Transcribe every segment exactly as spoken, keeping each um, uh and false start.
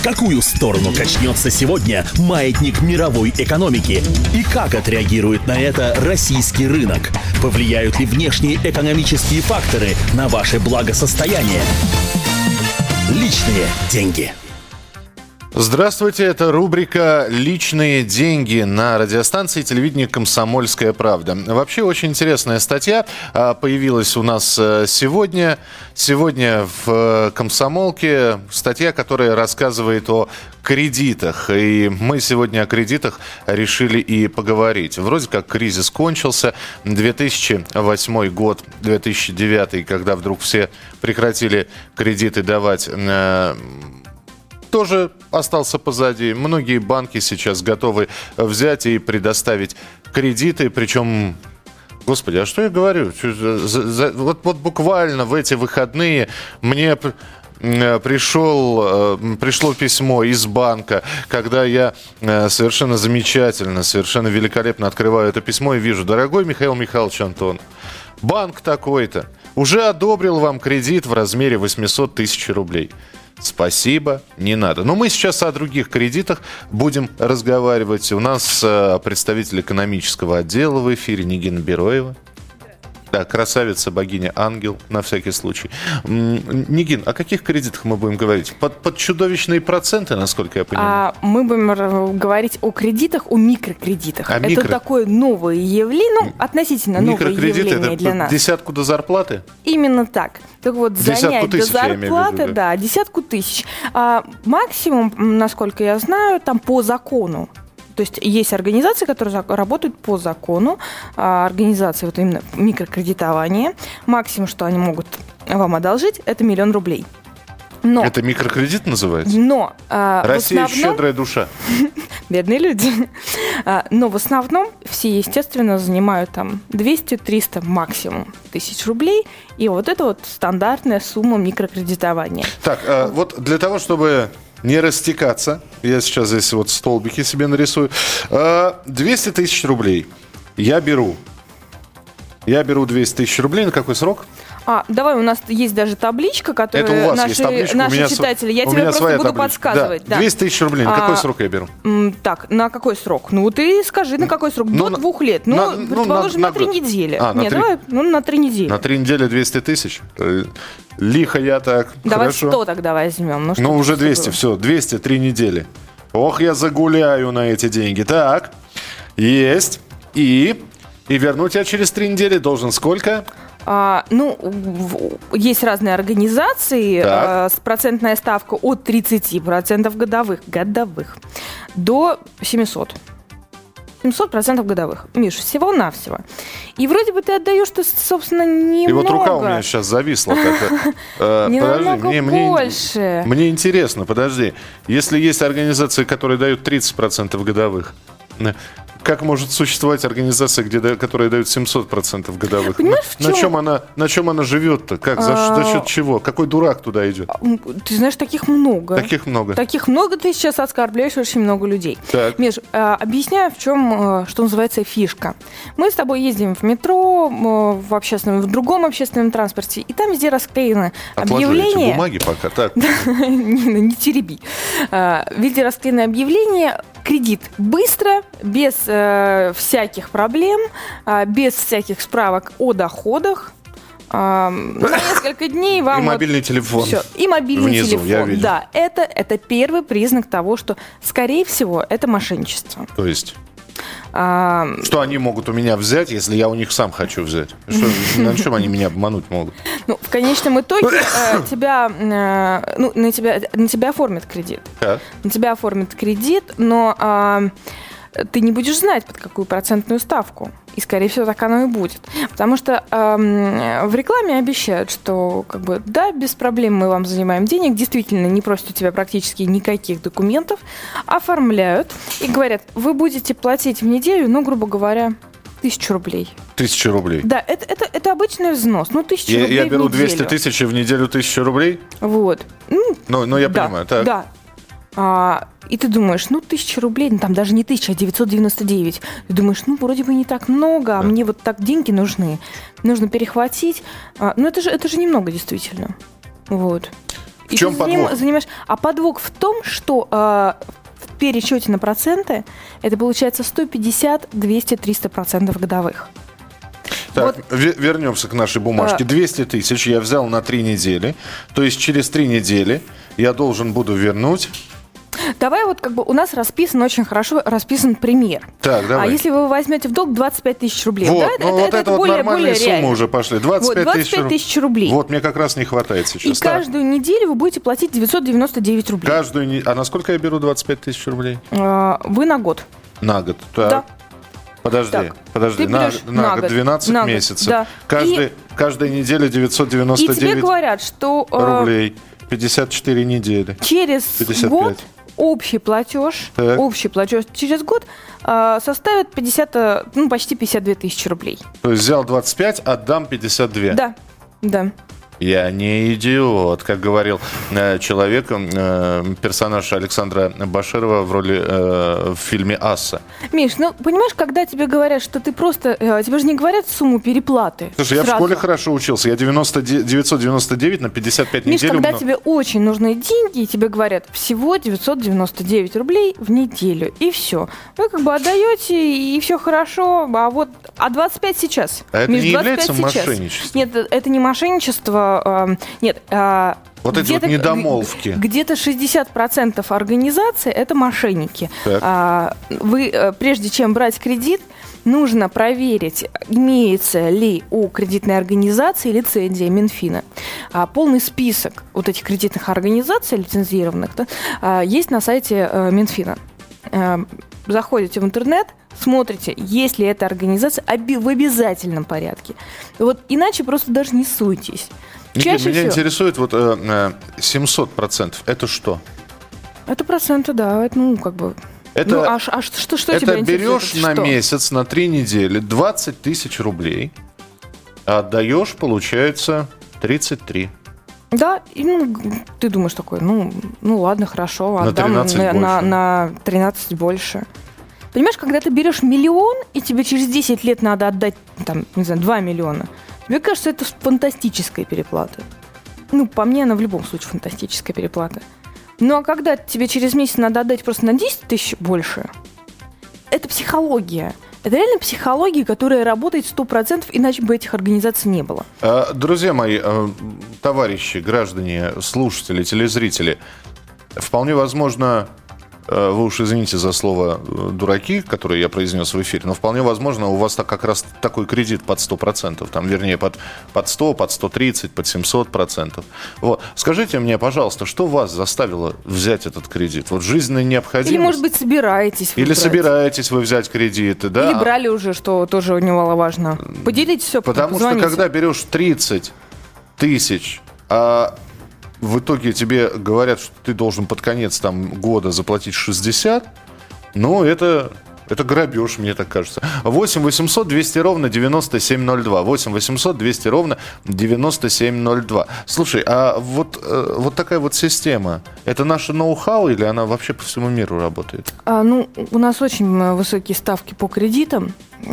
какую сторону качнется сегодня маятник мировой экономики? И как отреагирует на это российский рынок? Повлияют ли внешние экономические факторы на ваше благосостояние? Личные деньги. Здравствуйте, это рубрика «Личные деньги» на радиостанции телевидения «Комсомольская правда». Вообще очень интересная статья появилась у нас сегодня. Сегодня в «Комсомолке» статья, которая рассказывает о кредитах. И мы сегодня о кредитах решили и поговорить. Вроде как кризис кончился. две тысячи восьмой год, две тысячи девятый, когда вдруг все прекратили кредиты давать, тоже остался позади. Многие банки сейчас готовы взять и предоставить кредиты, причем... Господи, а что я говорю? Вот, вот буквально в эти выходные мне пришел, пришло письмо из банка, когда я совершенно замечательно, совершенно великолепно открываю это письмо и вижу: дорогой Михаил Михайлович Антонов, банк такой-то уже одобрил вам кредит в размере восемьсот тысяч рублей. Спасибо, не надо. Но мы сейчас о других кредитах будем разговаривать. У нас э, представитель экономического отдела в эфире Нигина Бероева. Да, красавица, богиня, ангел, на всякий случай. Нигин, о каких кредитах мы будем говорить? Под, под чудовищные проценты, насколько я понимаю? А, мы будем говорить о кредитах, о микрокредитах. А это микро... такое новое явление, ну, относительно новое явление это для нас. Десятку до зарплаты? Именно так. Так вот, десятку занять тысяч, до зарплаты, виду, да? да, десятку тысяч. А, максимум, насколько я знаю, там по закону. То есть есть организации, которые работают по закону, организации вот именно микрокредитования. Максимум, что они могут вам одолжить, это миллион рублей. Но, это микрокредит называется? Но Россия в основном, щедрая душа. Бедные люди. Но в основном все, естественно, занимают там двести-триста максимум тысяч рублей. И вот это вот стандартная сумма микрокредитования. Так, вот для того, чтобы... не растекаться. Я сейчас здесь вот столбики себе нарисую. двести тысяч рублей я беру. Я беру двести тысяч рублей. На какой срок? А, давай, у нас есть даже табличка, которую это у вас наши, есть табличка, наши у меня читатели. Я у тебе меня просто буду табличка. подсказывать. Да. Да. двести тысяч рублей. На какой а, срок я беру? Так, на какой срок? Ну, ты скажи, на какой срок? Ну, до двух лет. Ну, на, предположим, ну, на, на три на недели. А, Нет, на давай, ну, на три недели. На три недели двести тысяч? Лихо я так. Давай хорошо. сто тогда возьмем. Ну, ну уже двести, все, двести, три недели. Ох, я загуляю на эти деньги. Так, есть. И, и вернуть я через три недели должен сколько? А, ну, есть разные организации а, с процентной ставкой от тридцать процентов годовых, годовых до семьсот. семьсот процентов годовых. Миш, всего-навсего. И вроде бы ты отдаешь, ты, собственно, немного. И вот рука у меня сейчас зависла. Не намного больше. Мне интересно, подожди. Если есть организации, которые дают тридцать процентов годовых, как может существовать организация, где, которая дает семьсот процентов годовых? На, на, чем она, на чем она живет-то? Как? За, а... за счет чего? Какой дурак туда идет? Ты знаешь, таких много. Таких много. Таких много, ты сейчас оскорбляешь очень много людей. Так. Миш, объясняю, в чем, что называется, фишка. Мы с тобой ездим в метро, в общественном, в другом общественном транспорте, и там везде расклеено объявление. Отложи эти бумаги пока, так. Не тереби. Везде расклеено объявление. Кредит быстро, без э, всяких проблем, э, без всяких справок о доходах. Э, на несколько дней вам... И мобильный вот телефон. Всё. И мобильный внизу, телефон. Я видел. Да, это, это первый признак того, что, скорее всего, это мошенничество. То есть... А... Что они могут у меня взять, если я у них сам хочу взять? Что, на чем они меня обмануть могут? Ну, в конечном итоге э, тебя, э, ну, на, тебя, на тебя оформят кредит. А? На тебя оформят кредит, но э, ты не будешь знать, под какую процентную ставку. И, скорее всего, так оно и будет. Потому что э, в рекламе обещают, что, как бы, да, без проблем мы вам занимаем денег, действительно не просят у тебя практически никаких документов, оформляют и говорят, вы будете платить в неделю, ну, грубо говоря, тысячу рублей. Тысячу рублей? Да, это, это, это обычный взнос. Ну, тысячу я, рублей я беру в неделю. двести тысяч в неделю тысячу рублей? Вот. Ну, ну, ну я да, понимаю. Так. Да. А, и ты думаешь, ну, тысяча рублей, ну, там даже не тысяча, а девятьсот девяносто девять. Ты думаешь, ну, вроде бы не так много, а да. мне вот так деньги нужны. Нужно перехватить. А, ну, это же, это же немного, действительно. Вот. В чем ты подвох? Занимаешь... А подвох в том, что э, в пересчете на проценты это получается сто пятьдесят, двести, триста процентов годовых. Так, вот. Вернемся к нашей бумажке. А... двести тысяч я взял на три недели. То есть через три недели я должен буду вернуть... Давай вот как бы у нас расписан, очень хорошо расписан пример. Так, давай. А если вы возьмете в долг двадцать пять тысяч рублей, вот, да, ну, это, вот это, это вот более, нормальные более суммы реально. уже пошли. двадцать пять, вот, двадцать пять тысяч рублей. Вот, мне как раз не хватает сейчас. И так. Каждую неделю вы будете платить девятьсот девяносто девять рублей. Каждую неделю. А на сколько я беру двадцать пять тысяч рублей? А, вы на год. На год, так. Да. Подожди, так, подожди, на, на, на год двенадцать на месяцев. Да. Каждый, и, каждая неделя девятьсот девяносто девять и тебе говорят, что... рублей. пятьдесят четыре недели. Через пятьдесят пять. Год общий платеж, так. общий платеж через год э, составит пятьдесят, ну, почти пятьдесят две тысячи рублей. То есть взял двадцать пять, отдам пятьдесят два. Да, да. Я не идиот, как говорил э, человек, э, персонаж Александра Баширова в роли э, в фильме «Асса». Миш, ну, понимаешь, когда тебе говорят, что ты просто... Э, тебе же не говорят сумму переплаты. Слушай, я в школе хорошо учился. Я девяносто, девятьсот девяносто девять на пятьдесят пять Миш, недель. когда умно... тебе очень нужны деньги, и тебе говорят, всего девятьсот девяносто девять рублей в неделю, и все. Вы как бы отдаете, и все хорошо, а вот... А двадцать пять сейчас. А это Миш, не является сейчас. мошенничеством? Нет, это не мошенничество. Нет, вот эти вот недомолвки. Где-то шестьдесят процентов организаций – это мошенники. Так. Вы, прежде чем брать кредит, нужно проверить, имеется ли у кредитной организации лицензия Минфина. Полный список вот этих кредитных организаций, лицензированных, да, есть на сайте Минфина. Заходите в интернет, смотрите, есть ли эта организация в обязательном порядке. Вот иначе просто даже не суйтесь. Никит, меня всего. интересует вот э, семьсот процентов. Это что? Это проценты, да. Это, ну, как бы... Это, ну, а, а что, что это тебя интересует? берешь на что? месяц, на три недели двадцать тысяч рублей, а отдаешь, получается, тридцать три. Да, и, ну, ты думаешь такой, ну, ну ладно, хорошо, отдам на тринадцать на, больше. На, на тринадцать больше. Понимаешь, когда ты берешь миллион, и тебе через десять лет надо отдать, там, не знаю, два миллиона, мне кажется, это фантастическая переплата. Ну, по мне, она в любом случае фантастическая переплата. Ну, а когда тебе через месяц надо отдать просто на десять тысяч больше, это психология. Это реально психология, которая работает сто процентов, иначе бы этих организаций не было. Друзья мои, товарищи, граждане, слушатели, телезрители, вполне возможно... Вы уж извините за слово «дураки», которое я произнес в эфире, но вполне возможно, у вас так, как раз такой кредит под сто процентов, там, вернее, под, под сто, под сто тридцать, под семьсот процентов. Вот. Скажите мне, пожалуйста, что вас заставило взять этот кредит? Вот жизненная необходимость? Или, может быть, собираетесь вы Или брать. собираетесь вы взять кредиты, да? Или брали уже, что тоже немаловажно. Поделитесь все, Потому позвоните. что, когда берешь тридцать тысяч, а... в итоге тебе говорят, что ты должен под конец там, года заплатить шестьдесят, ну, это, это грабеж, мне так кажется. восемь восемьсот двести ровно девяносто семь ноль два. восемь восемьсот двести ровно девяносто семь ноль два. Слушай, а вот, вот такая вот система, это наше ноу-хау или она вообще по всему миру работает? А, ну, у нас очень высокие ставки по кредитам.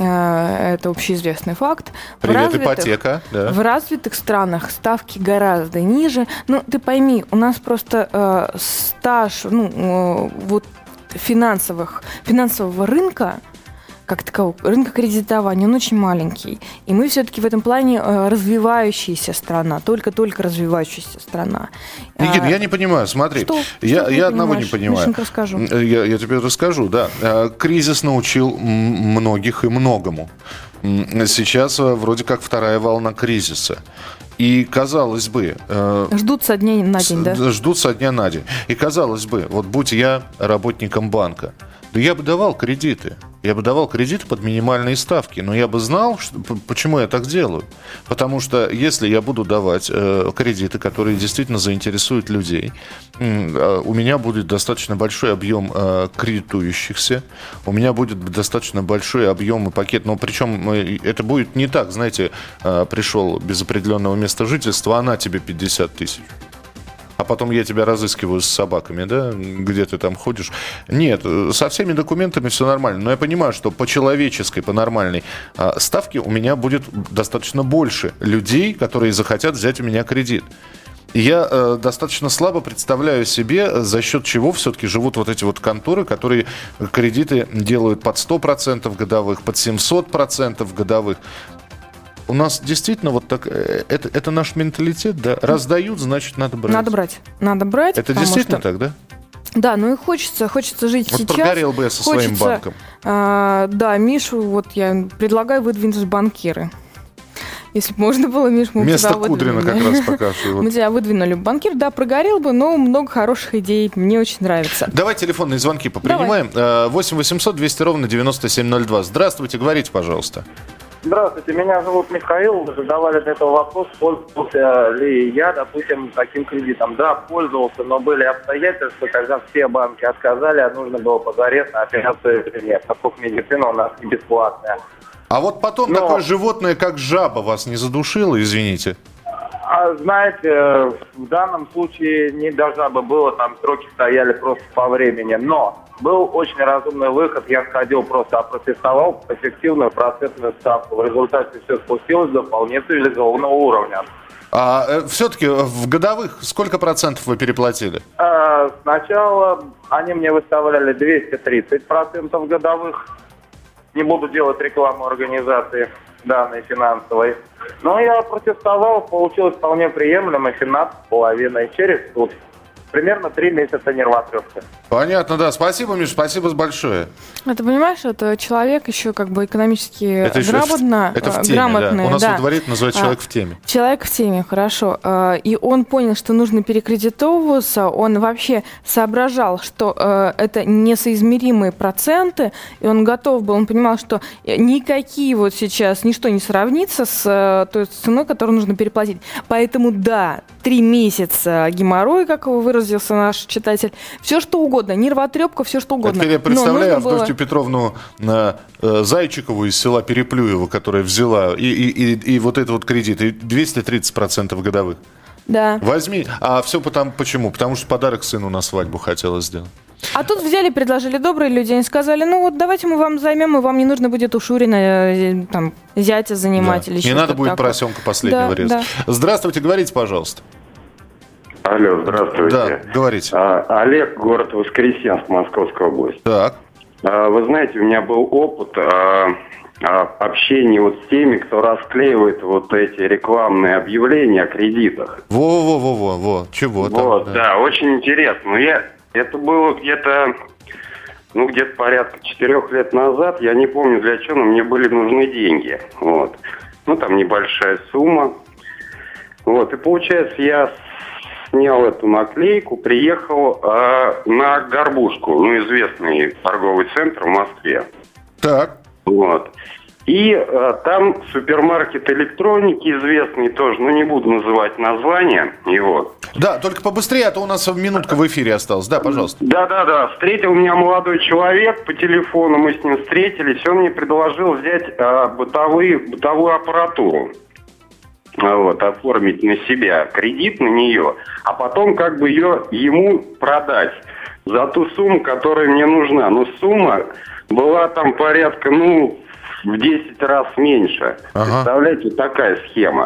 Это общеизвестный факт. Привет, в развитых, ипотека. Да. В развитых странах ставки гораздо ниже. Ну, ты пойми, у нас просто э, стаж ну, э, вот финансовых, финансового рынка, как такового, рынка кредитования, он очень маленький. И мы все-таки в этом плане э, развивающаяся страна, только-только развивающаяся страна. Никита, а, я не понимаю, смотри, что? я, Что я одного не понимаю. Мишенька, расскажу. Я, я тебе расскажу, да. Кризис научил многих и многому. Сейчас вроде как вторая волна кризиса. И, казалось бы... Ждут со дня на день, да? Ждут со дня на день. И, казалось бы, вот будь я работником банка, да я бы давал кредиты. Я бы давал кредиты под минимальные ставки, но я бы знал, что, почему я так делаю. Потому что если я буду давать э, кредиты, которые действительно заинтересуют людей, э, у меня будет достаточно большой объем э, кредитующихся, у меня будет достаточно большой объем и пакет. Но причем э, это будет не так, знаете, э, пришел без определенного места жительства, а на тебе пятьдесят тысяч. А потом я тебя разыскиваю с собаками, да, где ты там ходишь. Нет, со всеми документами все нормально. Но я понимаю, что по человеческой, по нормальной а, ставке у меня будет достаточно больше людей, которые захотят взять у меня кредит. Я э, достаточно слабо представляю себе, за счет чего все-таки живут вот эти вот конторы, которые кредиты делают под сто процентов годовых, под семьсот процентов годовых. У нас действительно вот так, это, это наш менталитет, да? Раздают, значит, надо брать. Надо брать. Надо брать. Это действительно что... так, да? Да, ну и хочется, хочется жить вот сейчас. Прогорел бы я со хочется, своим банком. А, да, Мишу, вот я предлагаю выдвинуть в банкиры. Если бы можно было, Миш, мы Вместо тебя Кудрина выдвинули. как раз пока что. Мы тебя выдвинули в банкир. Да, прогорел бы, но много хороших идей. Мне очень нравится. Давай телефонные звонки попринимаем. восемь восемьсот двести ровно девяносто семь ноль два. Здравствуйте, говорите, пожалуйста. Здравствуйте, меня зовут Михаил. Вы задавали для этого вопрос, пользовался ли я, допустим, таким кредитом. Да, пользовался, но были обстоятельства, когда все банки отказали, а нужно было позарез на операцию или поскольку медицина у нас не бесплатная. А вот потом Но... такое животное, как жаба, вас не задушило, извините? А знаете, в данном случае не до жабы было, там сроки стояли просто по времени. Но был очень разумный выход, я сходил просто опротестовал эффективную процентную ставку. В результате все спустилось до вполне цивилизованного уровня. А э, все-таки в годовых сколько процентов вы переплатили? А, сначала они мне выставляли двести тридцать процентов годовых. Не буду делать рекламу организации данной финансовой. Но я протестовал, получилось вполне приемлемо, семнадцать с половиной через суд. Примерно три месяца нервотрепки. Понятно, да. Спасибо, Миш, спасибо большое. Это, понимаешь, это человек еще как бы экономически это грамотно, в, это в теме, грамотный. Да. У нас да. во дворе это называется человек в теме. Человек в теме, хорошо. И он понял, что нужно перекредитовываться. Он вообще соображал, что это несоизмеримые проценты, и он готов был, он понимал, что никакие вот сейчас, ничто не сравнится с той ценой, которую нужно переплатить. Поэтому, да, три месяца геморрой, как его выразился наш читатель, все что угодно, нервотрепка, все что угодно. Теперь я представляю Авдотью было... Петровну э, э, Зайчикову из села Переплюево, которая взяла и, и, и, и вот этот вот кредит, и двести тридцать процентов годовых. Да. Возьми. А все потому, почему? Потому что подарок сыну на свадьбу хотела сделать. А тут взяли, предложили добрые люди, они сказали, ну вот давайте мы вам займем, и вам не нужно будет у Шурина там, зятя занимать, да, или еще не что-то надо будет такое. Поросенка последнего Да, резать. да. Здравствуйте, говорите, пожалуйста. Алло, здравствуйте. Да, говорите. А, Олег, город Воскресенск, Московская область. Так. А, вы знаете, у меня был опыт а, а, общения вот с теми, кто расклеивает вот эти рекламные объявления о кредитах. Во-во-во-во-во, чего там? Вот, да. да, очень интересно. Но я, это было где-то, ну, где-то порядка четырех лет назад. Я не помню для чего, но мне были нужны деньги. Вот. Ну, там небольшая сумма. Вот, и получается, я снял эту наклейку, приехал э, на Горбушку, ну, известный торговый центр в Москве. Так. Вот. И э, там супермаркет электроники известный тоже, ну, не буду называть название его. Да, только побыстрее, а то у нас минутка в эфире осталась. Да, пожалуйста. Да-да-да, встретил меня молодой человек по телефону, мы с ним встретились, он мне предложил взять э, бытовые, бытовую аппаратуру. Вот, оформить на себя кредит на нее, а потом как бы ее ему продать за ту сумму, которая мне нужна. Но сумма была там порядка, ну, в десять раз меньше. Ага. Представляете, такая схема.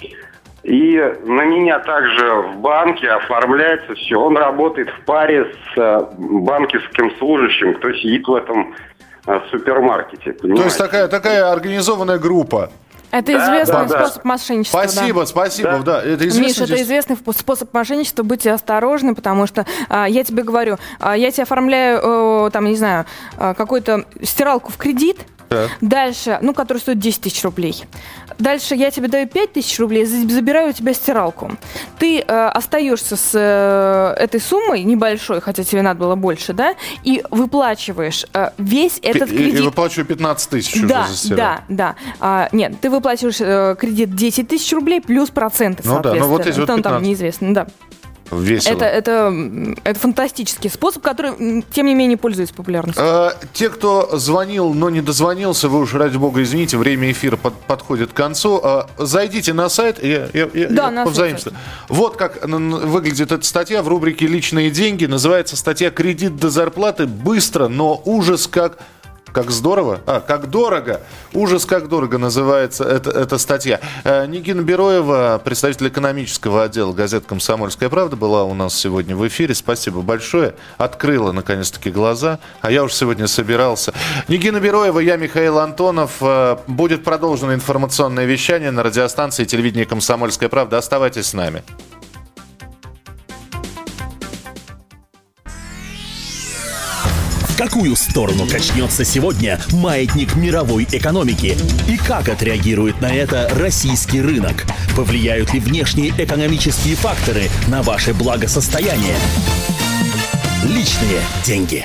И на меня также в банке оформляется все. Он работает в паре с банковским служащим, кто сидит в этом супермаркете. Понимаете? То есть такая, такая организованная группа. Это да, известный да, способ да. мошенничества. Спасибо, да. спасибо, да. да. Это Миш, известный это известный способ мошенничества, будьте осторожны, потому что а, я тебе говорю, а, я тебе оформляю, а, там, не знаю, а, какую-то стиралку в кредит, так. Дальше, ну, который стоит десять тысяч рублей. Дальше я тебе даю пять тысяч рублей, забираю у тебя стиралку. Ты э, остаешься с э, этой суммой небольшой, хотя тебе надо было больше, да, и выплачиваешь э, весь этот и, кредит. И выплачиваю пятнадцать тысяч да, уже за стиралку. Да, да, а, нет, ты выплачиваешь э, кредит десять тысяч рублей плюс проценты, ну соответственно. Да, ну вот эти вот это он там неизвестно, да. Весело. Это, это, это фантастический способ, который, тем не менее, пользуется популярностью. А, те, кто звонил, но не дозвонился, вы уж, ради бога, извините, время эфира под, подходит к концу. А, зайдите на сайт, я, я, я, да, я на повзаимствую. Вот как выглядит эта статья в рубрике «Личные деньги». Называется статья «Кредит до зарплаты. Быстро, но ужас как Как здорово, а, как дорого, ужас, как дорого называется эта, эта статья. Нигина Бероева, представитель экономического отдела газеты «Комсомольская правда», была у нас сегодня в эфире. Спасибо большое. Открыла, наконец-таки, глаза. А я уже сегодня собирался. Нигина Бероева, я Михаил Антонов. Будет продолжено информационное вещание на радиостанции телевидения «Комсомольская правда». Оставайтесь с нами. В какую сторону качнется сегодня маятник мировой экономики? И как отреагирует на это российский рынок? Повлияют ли внешние экономические факторы на ваше благосостояние? Личные деньги.